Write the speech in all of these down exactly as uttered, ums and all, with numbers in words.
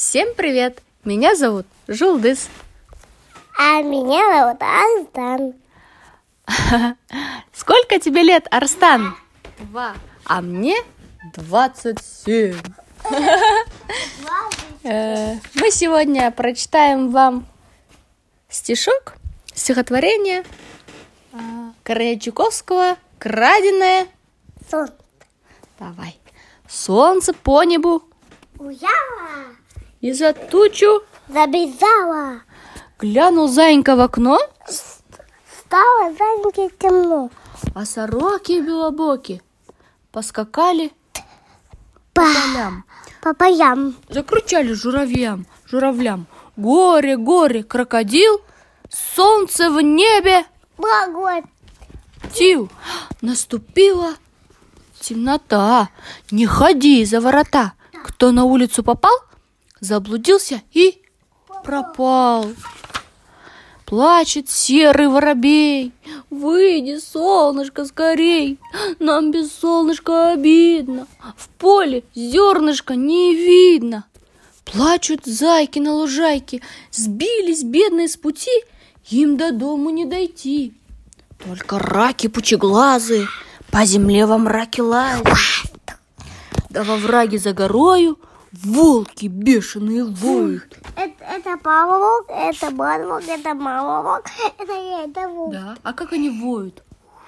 Всем привет! Меня зовут Жулдыз. А меня зовут Арстан. Сколько тебе лет, Арстан? Два. А мне двадцать семь. Мы сегодня прочитаем вам стишок, стихотворение Короля Чуковского «Краденое». Солнце. Давай. Солнце по небу Уяла. и за тучу Забежала. глянул заинька в окно, Стало заньке темно. а сороки белобоки поскакали По, полям. по полям. Закричали журавьям, журавлям: горе, горе, крокодил, солнце в небе Благой. тил. Наступила темнота, не ходи за ворота. Кто на улицу попал, заблудился и пропал. Плачет серый воробей: выйди, солнышко, скорей, нам без солнышка обидно, в поле зернышка не видно. Плачут зайки на лужайке, сбились бедные с пути, им до дому не дойти. Только раки пучеглазые по земле во мраке лазят. Да во враге за горою волки бешеные воют. Это, это папа волк, это мама волк, это мама волк, это я, это волк. Да, а как они воют?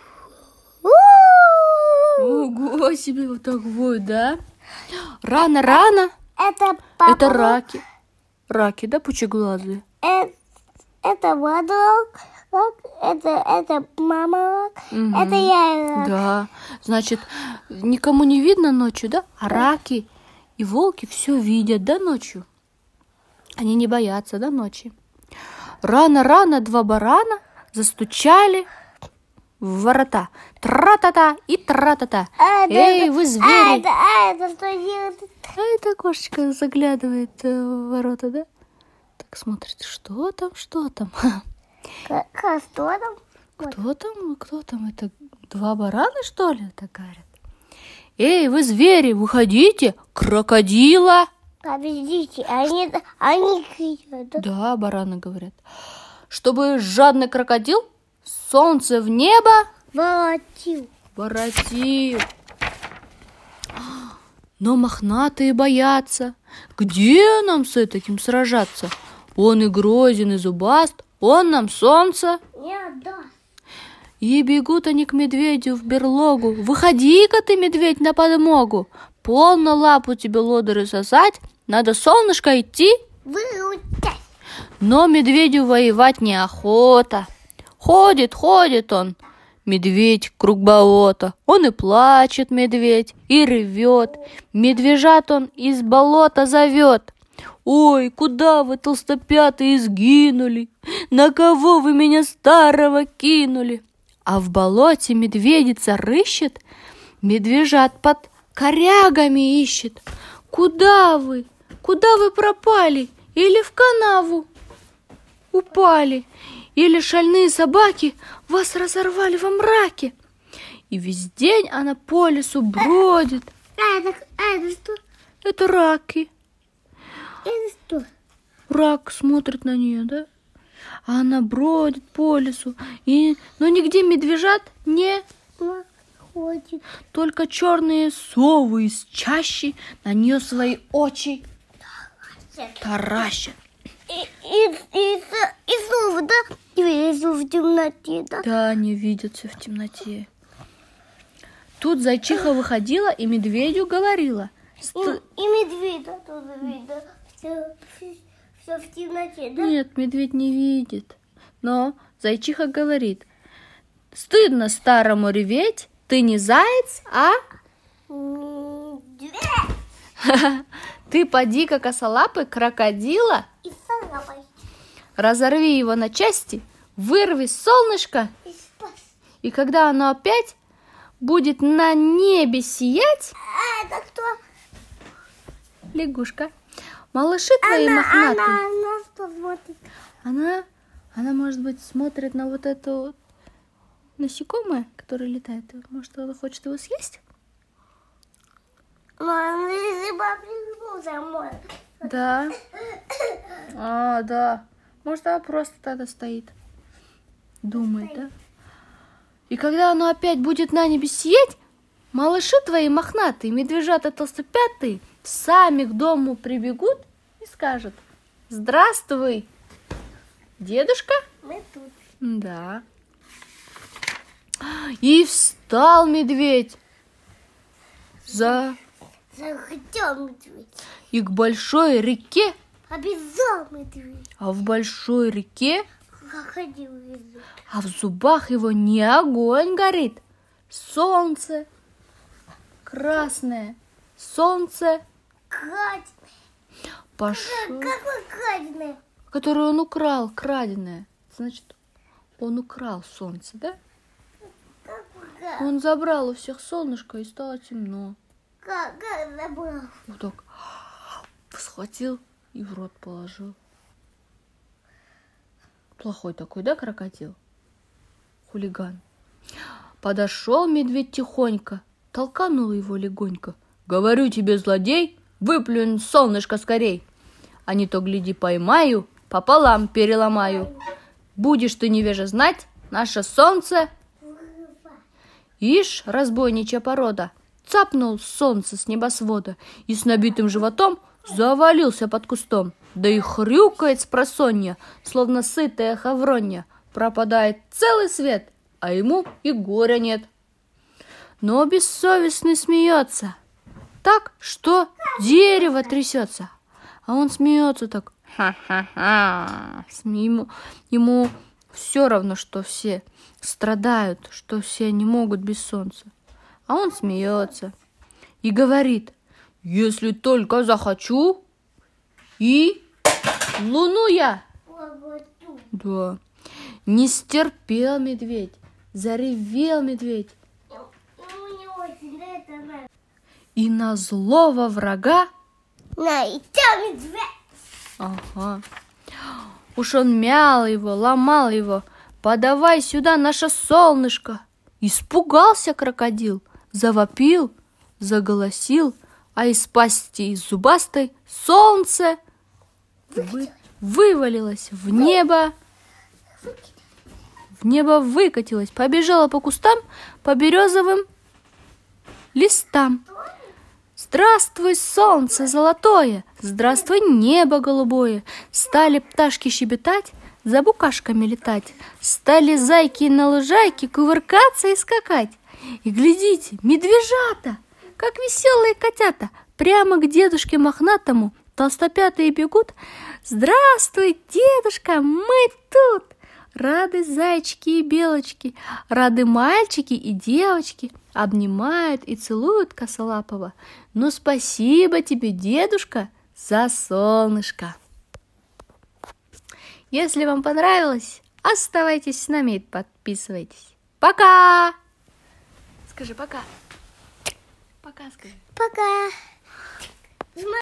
У-у-у. Ого себе, вот так воют, да? Рано-рано. Это папа Это волк. раки. Раки, да, пучеглазые? Это, это мама волк. Волк, Это, это мама волк, Мгм. это я волк. Да, значит, никому не видно ночью, да? А раки и волки все видят, да, ночью? Они не боятся, да, ночи? Рано-рано два барана застучали в ворота. Тра-та-та и тра-та-та. А, это- Эй, вы А звери! это, а это что делает? А эта кошечка заглядывает э, в ворота, да? Так смотрит, что там, что там? К- к- Что там? Кто там, кто там? Это два барана, что ли, так говорят? Эй, вы звери, выходите, крокодила! Подождите, они, они кричат. да? Да, бараны говорят. Чтобы жадный крокодил солнце в небо Воротил. воротил. Но мохнатые боятся. Где нам с этим сражаться? Он и грозен, и зубаст, он нам солнце. Не отдаст. И бегут они к медведю в берлогу. Выходи-ка ты, медведь, на подмогу. Полно лапу тебе лодыры сосать, надо, солнышко, идти. Выручай. Но медведю воевать неохота. Ходит, ходит он, медведь, круг болота. Он и плачет, медведь, и ревет. Медвежат он из болота зовет. Ой, куда вы, толстопятые, сгинули? На кого вы меня старого кинули? А в болоте медведица рыщет, медвежат под корягами ищет. Куда вы? Куда вы пропали? Или в канаву упали? Или шальные собаки вас разорвали во мраке? И весь день она по лесу бродит. А это, а это что? Это раки. Это что? Рак смотрит на нее, да? А она бродит по лесу. И... Но нигде медвежат не... Ходит. Только черные совы из чащи на нее свои очи таращат. И, и, и, и снова, да? Вижу в темноте, да? Да, они видятся в темноте. Тут зайчиха выходила и медведю говорила: И, «Ст- и медведя тоже видно. Все, все, все в темноте, да? Нет, медведь не видит. Но зайчиха говорит: стыдно старому реветь, ты не заяц, а Медведь ты поди-ка косолапый крокодила, и салапой. разорви его на части, вырви солнышко, И спас. и когда оно опять будет на небе сиять, А это кто? лягушка, малыши твои Она, мохнатые, она, она что смотрит? она, она, может быть, смотрит на вот это вот насекомое, которое летает. Может, она хочет его съесть? Мама, если бы прыгнул за мной, Да. А, да. Может, она просто тогда стоит. Думает, да? И когда оно опять будет на небе сиять, малыши твои мохнатые, медвежата толстопятые, сами к дому прибегут и скажут: здравствуй, дедушка. Мы тут. Да. И встал медведь за... Захотел медведь. и к большой реке, Обязал медведь. а в большой реке, Ходил медведь. а в зубах его не огонь горит, солнце красное, солнце Краденый. пошло, Какой краденый? которое он украл, краденое. Значит, он украл солнце, да? Какой краденый? Он забрал у всех солнышко, и стало темно. Как, как забрал? Вот так схватил и в рот положил. Плохой такой, да, крокодил? Хулиган. Подошел медведь тихонько, толканул его легонько. Говорю тебе, злодей, выплюнь солнышко скорей, а не то, гляди, поймаю, пополам переломаю. Будешь ты невежа знать, наше солнце... Ишь, разбойничья порода, цапнул солнце с небосвода и с набитым животом завалился под кустом. Да и хрюкает спросонья, словно сытая хавронья. Пропадает целый свет, а ему и горя нет. Но бессовестный смеется так, что дерево трясется. А он смеется так. Ха-ха-ха. Ему, ему все равно, что все страдают, что все не могут без солнца. А он смеется и говорит: если только захочу, и луну я. Да. Не стерпел медведь, заревел медведь. И на злого врага... На, и тебя медведь. Ага. Уж он мял его, ломал его. Подавай сюда наше солнышко. Испугался крокодил, завопил, заголосил, а из пасти из зубастой солнце вы... вывалилось в небо. В небо выкатилось, побежало по кустам, по березовым листам. Здравствуй, солнце золотое, здравствуй, небо голубое. Стали пташки щебетать, за букашками летать. Стали зайки на лужайке кувыркаться и скакать. И глядите, медвежата, как веселые котята, прямо к дедушке мохнатому толстопятые бегут. Здравствуй, дедушка, мы тут. Рады зайчики и белочки, рады мальчики и девочки, обнимают и целуют косолапого. Ну, спасибо тебе, дедушка, за солнышко. Если вам понравилось, оставайтесь с нами и подписывайтесь. Пока! Скажи пока. Пока скажи. Пока.